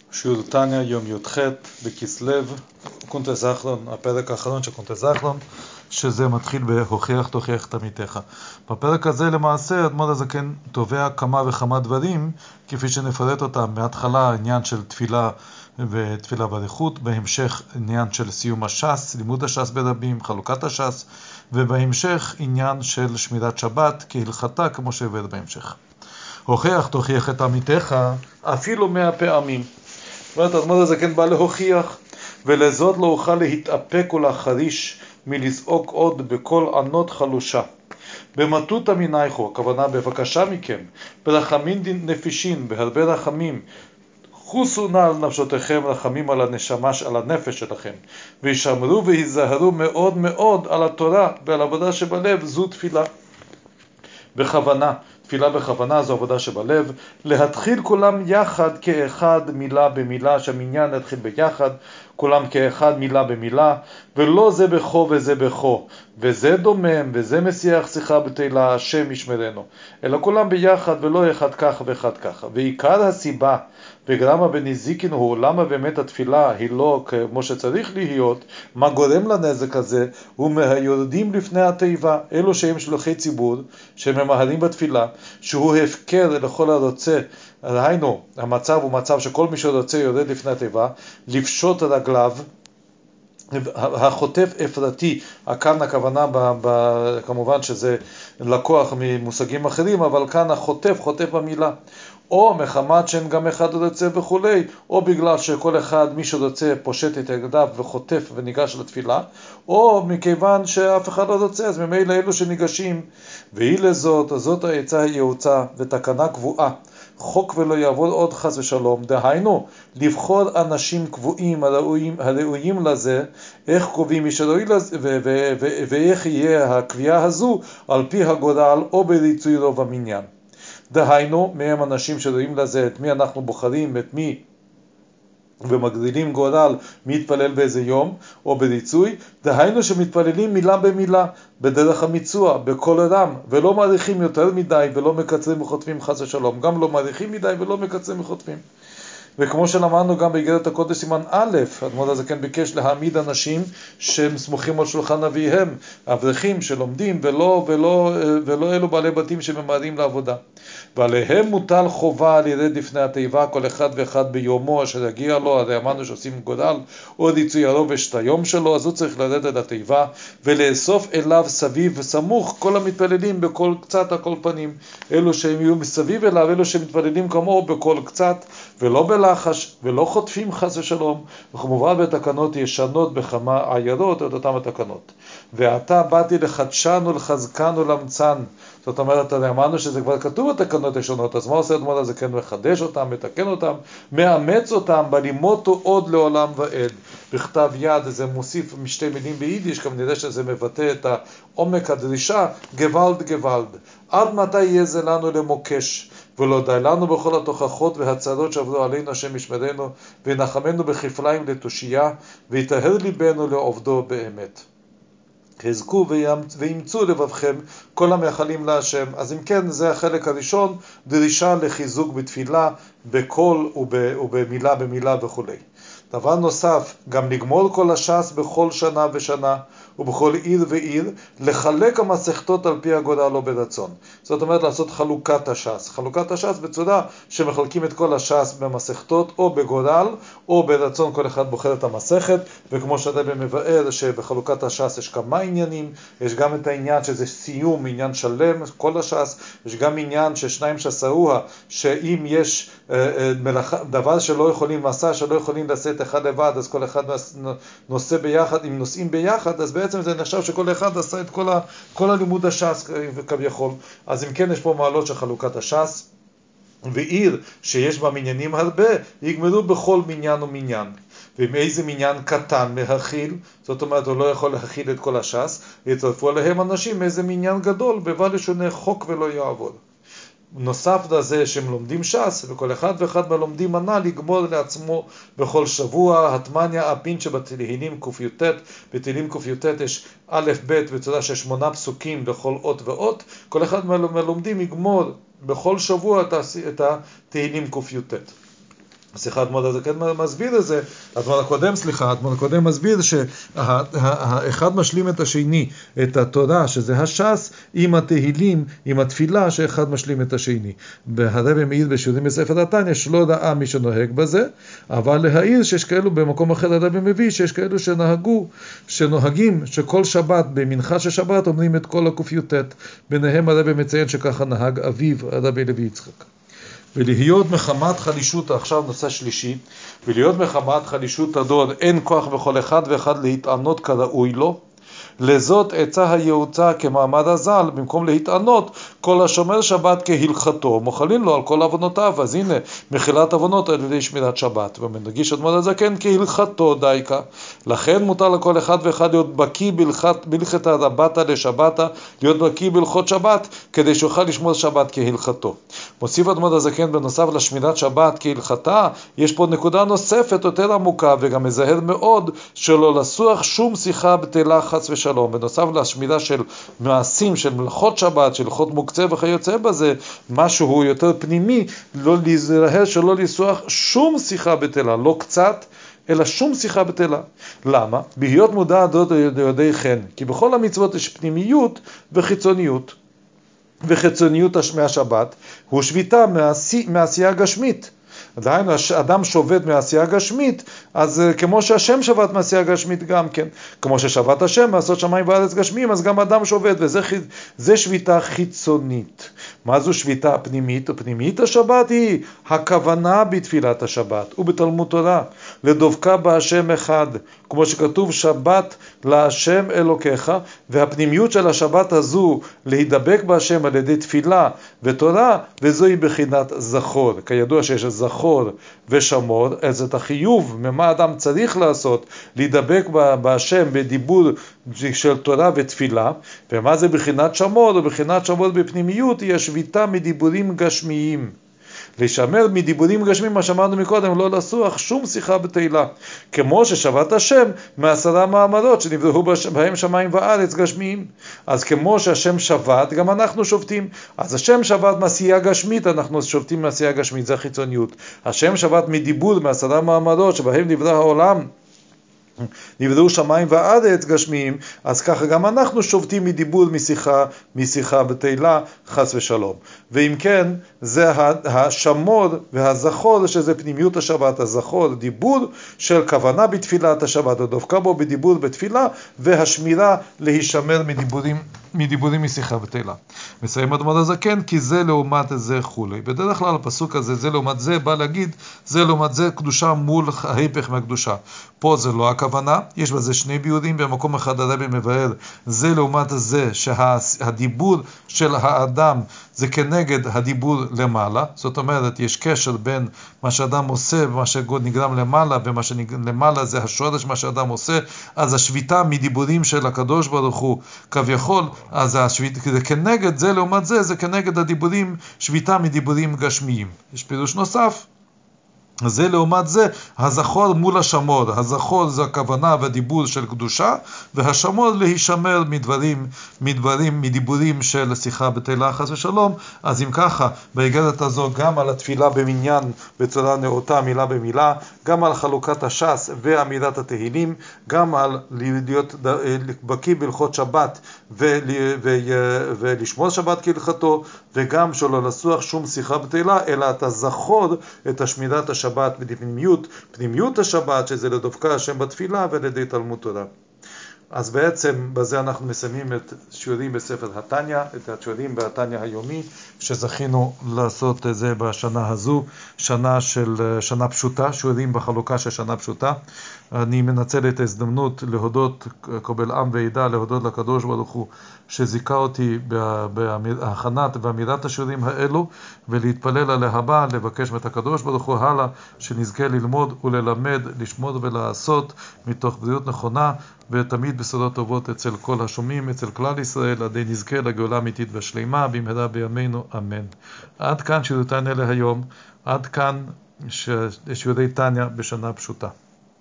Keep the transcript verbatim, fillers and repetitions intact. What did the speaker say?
שיעור תניא יום י"ח בכסלו, קונטה זכלון, הפרק האחרון של קונטה זכלון, שזה מתחיל בהוכיח תוכיח את עמיתך. בפרק הזה למעשה אדמו"ר הזקן תובע כמה וכמה דברים, כפי שנפרט אותם. מההתחלה עניין של תפילה ותפילה באריכות, בהמשך עניין של סיום הש"ס, לימוד הש"ס ברבים, חלוקת הש"ס, ובהמשך עניין של שמירת שבת כהלכתה, כמו שהבאת בהמשך. הוכיח תוכיח את עמיתך אפילו מאה פעמים. זאת אומרת, אדמו"ר הזקן בא להוכיח, ולזאת לא אוכל להתאפק ולהחריש מלזעוק עוד בכל ענות חלושה. במטותא מנייכו, הכוונה בבקשה מכם, ברחמים נפישין, בהרבה רחמים, חוסו נא על נפשותיכם, רחמים על הנשמה, על הנפש שלכם, וישמרו ויזהרו מאוד מאוד על התורה ועל עבודה שבלב. זו תפילה בכוונה. תפילה בכוונה זו עבודה שבלב, להתחיל כולם יחד כאחד, מילה במילה, שהמניין יתחיל ביחד, כולם כאחד, מילה במילה, ולא זה בכו וזה בכו, וזה דומם וזה משיח שיחה בתהילה, השם ישמרנו, אלא כולם ביחד, ולא אחד ככה ואחד ככה. ועיקר הסיבה וגרמה בנזיקין הוא למה באמת התפילה היא לא כמו שצריך להיות, מה גורם לנזק הזה, הוא מהיורדים לפני התיבה, אלו שהם שלוחי ציבור שממהרים בתפילה, שהוא הפקר לכל הרוצה. היינו, המצב הוא מצב שכל מי שרוצה יורד לפני התיבה, לפשוט רגליו, החוטף אפרתי, כאן הכוונה ב, ב, כמובן שזה לקוח ממושגים אחרים, אבל כאן החוטף, חוטף במילה, או מחמת שאין גם אחד רוצה וכולי, או בגלל שכל אחד מי שרוצה פושט את ידיו וחוטף וניגש לתפילה, או מכיוון שאף אחד לא רוצה, אז ממילא אלו שניגשים. והיא לזאת, זאת העצה הייעוצה ותקנה קבועה, חוק ולא יעבור עוד חס ושלום, דהיינו לבחור אנשים קבועים הראויים, הראויים לזה. איך קובעים מי שראוי לזה, ו- ו- ו- ואיך יהיה הקביעה הזו, על פי הגורל או בריצוי רוב המניין. דהיינו, מהם אנשים שראויים לזה, את מי אנחנו בוחרים, את מי ומגדילים גורל, מי יתפלל באיזה יום או בריצוי. דהיינו שמתפללים מילה במילה, בדרך המיצוע, בכל רם, ולא מעריכים יותר מדי ולא מקצרים וחוטפים חס ושלום, גם לא מעריכים מדי ולא מקצרים וחוטפים. וכמו שלמדנו גם באיגרת הקודש סימן א', אדמו"ר הזקן ביקש להעמיד אנשים שהם סמוכים על שולחן אביהם, אברכים שלומדים, ולא, ולא, ולא אלו בעלי בתים שממהרים לעבודה. ועליהם מוטל חובה לירד לפני התיבה, כל אחד ואחד ביומו אשר יגיע לו. הרי אמרנו שעושים גורל או ריצוי הרובש את היום שלו, אז הוא צריך לרדת לתיבה ולאסוף אליו סביב וסמוך כל המתפללים בכל קצת הכל פנים, אלו שהם יהיו מסביב אליו, אלו שמתפללים כמוהו בכל קצת, ולא בלחש ולא חוטפים חס ושלום, וכמובן בתקנות ישנות בכמה עיירות את אותם התקנות. ועתה באתי לחדשן ולחזקן ולמצן. זאת אומרת, אמרנו שזה כבר כתוב בתקנות ישנות, אז מה עושה אדמו"ר הזקן? מחדש אותם, מתקן אותם, מאמץ אותם, בלימותו עוד לעולם ועד. בכתב יד זה מוסיף משתי מילים ביידיש, גם נראה שזה מבטא את עומק הדרישה, גוואלד גוואלד. עד מתי יהיה זה לנו למוקש, ולא די לנו בכל התוכחות והצרות שעברו עלינו השם ישמרנו, ונחמנו בכפליים לתושייה, ויטהר ליבנו לעובדו באמת. חזקו וימצאו לבבכם כל המייחלים להשם. אז אם כן, זה החלק הראשון, דרישה לחיזוק בתפילה, בקול ובמילה במילה וכו'. דבר נוסף, גם לגמור כל הש"ס בכל שנה ושנה ובכל עיר ועיר, לחלק המסכתות על פי הגורל או ברצון. זאת אומרת, לעשות חלוקת הש"ס. חלוקת הש"ס בצורה שמחלקים את כל הש"ס במסכתות או בגורל או ברצון, כל אחד בוחר את המסכת. וכמו שהרבי מבאר שבחלוקת הש"ס יש כמה עניינים, יש גם את העניין שזה סיום, עניין שלם, כל הש"ס, יש גם עניין ששניים שסעוה, שאם יש מלאכה, דבר שלא יכולים, מסע שלא יכולים לשאת אחד לבד, אז כל אחד נושא ביחד, אם נושאים ביחד, אז בעצם זה נחשב שכל אחד עשה את כל, ה, כל הלימוד הש"ס כביכול. אז אם כן, יש פה מעלות של חלוקת הש"ס, ועיר שיש בה מניינים הרבה, יגמרו בכל מניין ומניין. ואם איזה מניין קטן להכיל, זאת אומרת, הוא לא יכול להכיל את כל הש"ס, יצרפו עליהם אנשים איזה מניין גדול, בבל ישונה חוק ולא יעבוד. נוסף לזה שהם לומדים ש"ס, וכל אחד ואחד מהלומדים מנה לגמור לעצמו בכל שבוע התמניה הפין שבתהילים ק"ט. בתהילים ק"ט יש א' ב' בצורה של שמונה פסוקים בכל אות ואות, כל אחד מהלומדים יגמור בכל שבוע את התהילים ק"ט. סליחה, אדמו"ר הזקן מסביר את זה, אדמו"ר הקודם, סליחה, אדמו"ר הקודם מסביר שהאחד משלים את השני, את התורה, שזה הש"ס, עם התהילים, עם התפילה, שאחד משלים את השני. והרבי מעיד בשיעורים בספר התניא, שלא ראה מי שנוהג בזה, אבל להעיר שיש כאלו, במקום אחר הרבי מביא, שיש כאלו שנהגו, שנוהגים, שכל שבת, במנחה של שבת, אומרים את כל הק"ט. ביניהם הרבי מציין שככה נהג אביו, הרבי לוי יצחק. ולהיות מחמת חלישות, עכשיו נושא שלישי, ולהיות מחמת חלישות הדור, אין כוח בכל אחד ואחד להתענות כראוי לו, לזאת עצה היעוצה כמעמד הזל, במקום להתענות כל השומר שבת כהלכתו, מוחלין לו על כל עוונותיו. אז הנה, מחילת עוונות על ידי שמירת שבת, ומנגיש אדמו"ר הזקן כהלכתו דייקה. לכן מותר לכל אחד ואחד להיות בקיא בהלכת רבתא לשבתא, להיות בקיא בהלכות שבת, כדי שיוכל לשמור שבת כהלכתו. מוסיף אדמו"ר הזקן בנוסף לשמירת שבת כהלכתה, יש פה נקודה נוספת יותר עמוקה, וגם מזהר מאוד, שלא לסוח שום שיחה בטלה חס ושלום. בנוסף לשמירה של מעשים, של מלאכות שבת, של הלכות מוקצה וכיוצא בזה, משהו יותר פנימי, לא להיזהר שלא לסוח שום שיחה בטלה, לא קצת, אלא שום שיחה בטלה. למה? בהיות מודע הדעות לידי חן, כי בכל המצוות יש פנימיות וחיצוניות. וחיצוניות מהשבת הוא שביטה מעשייה גשמית. עדיין אדם שובת מעשייה גשמית, אז כמו שהשם שבת מעשייה גשמית גם כן, כמו ששבת השם מעשות שמיים וארץ גשמיים, אז גם אדם שובת, וזה זה שביטה חיצונית. מה זו שביטה פנימית? פנימית השבת היא הכוונה בתפילת השבת ובתלמוד תורה, לדבקה בהשם אחד, כמו שכתוב שבת להשם אלוקיך, והפנימיות של השבת הזו להידבק בהשם על ידי תפילה ותורה, וזוהי בחינת זכור. כידוע שיש זכור ושמור, אז את החיוב ממה אדם צריך לעשות, להידבק בהשם בדיבור של תורה ותפילה. ומה זה בחינת שמור? בחינת שמור בפנימיות היא השביטה מדיבורים גשמיים. לשמר מדיבורים גשמיים, מה שאמרנו מקודם, לא לסוח שום שיחה בתהילה, כמו ששבת השם מעשרה מעמדות שנבראו בהם שמיים וארץ גשמיים. אז כמו שהשם שבת, גם אנחנו שובתים. אז השם שבת מעשייה גשמית, אנחנו שובתים מעשייה גשמית, זה החיצוניות. השם שבת מדיבור מעשרה מעמדות שבהם נברא העולם, נבראו שמיים וארץ גשמיים, אז ככה גם אנחנו שובתים מדיבור משיחה, משיחה בתהילה חס ושלום. ואם כן, זה השמור והזכור, שזה פנימיות השבת. הזכור, דיבור של כוונה בתפילת השבת, הדבקה בו בדיבור בתפילה, והשמירה להישמר מדיבורים, מדיבורים משיחה בתהילה. מסיים אדמו"ר הזקן, כי זה לעומת זה חולי. בדרך כלל הפסוק הזה, זה לעומת זה, בא להגיד, זה לעומת זה קדושה מול ההיפך מהקדושה. פה זה לא הכוונה, יש בזה שני ביורים, במקום אחד הרבי מבאר, זה לעומת זה שהדיבור של האדם זה כנגד הדיבור למעלה, זאת אומרת יש קשר בין מה שאדם עושה ומה שנגרם למעלה, ומה שלמעלה זה השורש מה שאדם עושה. אז השביטה מדיבורים של הקדוש ברוך הוא כביכול, אז השביט, זה כנגד, זה לעומת זה, זה כנגד הדיבורים, שביטה מדיבורים גשמיים. יש פירוש נוסף, זה לעומת זה, הזכור מול השמור. הזכור זה הכוונה והדיבור של קדושה, והשמור להישמר מדברים, מדברים, מדיבורים של שיחה בתהילה חס ושלום. אז אם ככה, באיגרת הזו, גם על התפילה במניין בצורה נאותה, מילה במילה, גם על חלוקת הש"ס ואמירת התהילים, גם על להיות בקיא בהלכות שבת ולשמור שבת כהלכתו, וגם שלא לסוח שום שיחה בתהילה, אלא אתה זכור את השמירת השבת בפנימיות, פנימיות השבת, שזה לדבקה השם בתפילה ועל ידי תלמוד תורה. אז בעצם בזה אנחנו מסיימים את שיעורים בספר התניא, את השיעורים בתניא היומי, שזכינו לעשות את זה בשנה הזו, שנה של שנה פשוטה, שיעורים בחלוקה של שנה פשוטה. אני מנצל את ההזדמנות להודות קבל עם ועדה, להודות לקדוש ברוך הוא שזיכה אותי בהכנת ואמירת השיעורים האלו, ולהתפלל על ההבא, לבקש את הקדוש ברוך הוא הלאה, שנזכה ללמוד וללמד, לשמור ולעשות מתוך בריאות נכונה, ותמיד בשורות טובות אצל כל השומעים, אצל כלל ישראל, עדי נזכה לגאולה אמיתית ושלמה, במהרה בימינו, אמן. עד כאן שיעורי תניא להיום, עד כאן שיעורי תניא בשנה פשוטה.